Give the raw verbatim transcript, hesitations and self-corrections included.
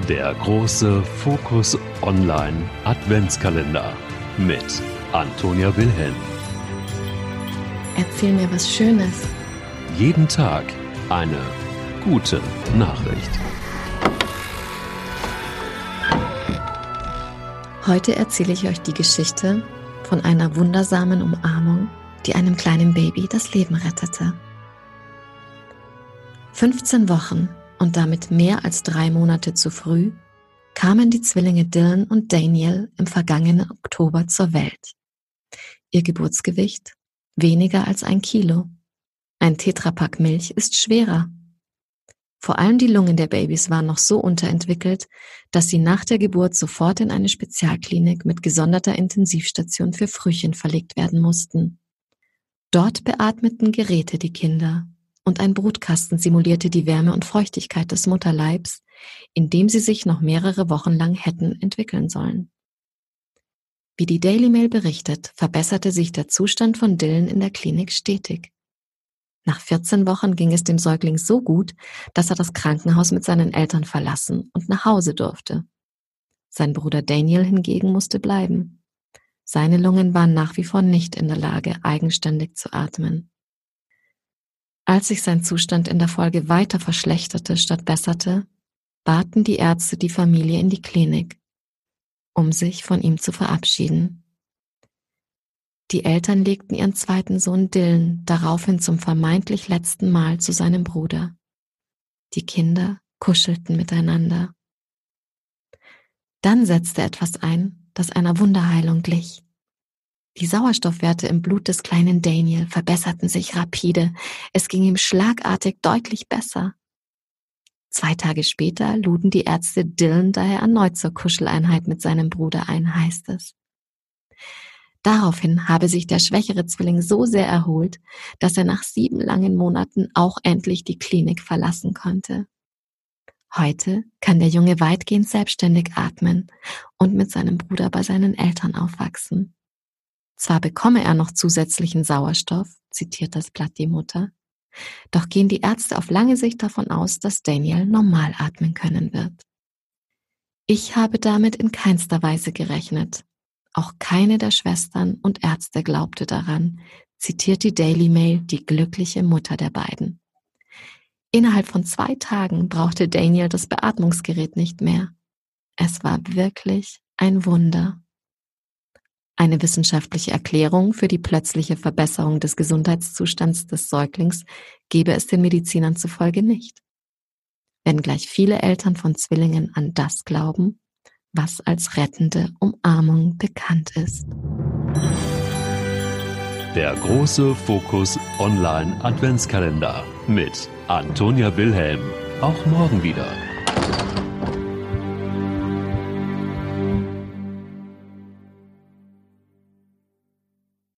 Der große Fokus Online Adventskalender mit Antonia Wilhelm. Erzähl mir was Schönes. Jeden Tag eine gute Nachricht. Heute erzähle ich euch die Geschichte von einer wundersamen Umarmung, die einem kleinen Baby das Leben rettete. fünfzehn Wochen und damit mehr als drei Monate zu früh kamen die Zwillinge Dylan und Daniel im vergangenen Oktober zur Welt. Ihr Geburtsgewicht? Weniger als ein Kilo. Ein Tetrapack Milch ist schwerer. Vor allem die Lungen der Babys waren noch so unterentwickelt, dass sie nach der Geburt sofort in eine Spezialklinik mit gesonderter Intensivstation für Frühchen verlegt werden mussten. Dort beatmeten Geräte die Kinder und ein Brutkasten simulierte die Wärme und Feuchtigkeit des Mutterleibs, in dem sie sich noch mehrere Wochen lang hätten entwickeln sollen. Wie die Daily Mail berichtet, verbesserte sich der Zustand von Dylan in der Klinik stetig. Nach vierzehn Wochen ging es dem Säugling so gut, dass er das Krankenhaus mit seinen Eltern verlassen und nach Hause durfte. Sein Bruder Daniel hingegen musste bleiben. Seine Lungen waren nach wie vor nicht in der Lage, eigenständig zu atmen. Als sich sein Zustand in der Folge weiter verschlechterte statt besserte, baten die Ärzte die Familie in die Klinik, um sich von ihm zu verabschieden. Die Eltern legten ihren zweiten Sohn Dylan daraufhin zum vermeintlich letzten Mal zu seinem Bruder. Die Kinder kuschelten miteinander. Dann setzte etwas ein, das einer Wunderheilung glich. Die Sauerstoffwerte im Blut des kleinen Daniel verbesserten sich rapide. Es ging ihm schlagartig deutlich besser. Zwei Tage später luden die Ärzte Dylan daher erneut zur Kuscheleinheit mit seinem Bruder ein, heißt es. Daraufhin habe sich der schwächere Zwilling so sehr erholt, dass er nach sieben langen Monaten auch endlich die Klinik verlassen konnte. Heute kann der Junge weitgehend selbstständig atmen und mit seinem Bruder bei seinen Eltern aufwachsen. Zwar bekomme er noch zusätzlichen Sauerstoff, zitiert das Blatt die Mutter, doch gehen die Ärzte auf lange Sicht davon aus, dass Daniel normal atmen können wird. Ich habe damit in keinster Weise gerechnet. Auch keine der Schwestern und Ärzte glaubte daran, zitiert die Daily Mail die glückliche Mutter der beiden. Innerhalb von zwei Tagen brauchte Daniel das Beatmungsgerät nicht mehr. Es war wirklich ein Wunder. Eine wissenschaftliche Erklärung für die plötzliche Verbesserung des Gesundheitszustands des Säuglings gebe es den Medizinern zufolge nicht. Wenngleich viele Eltern von Zwillingen an das glauben, was als rettende Umarmung bekannt ist. Der große Fokus Online Adventskalender mit Antonia Wilhelm. Auch morgen wieder.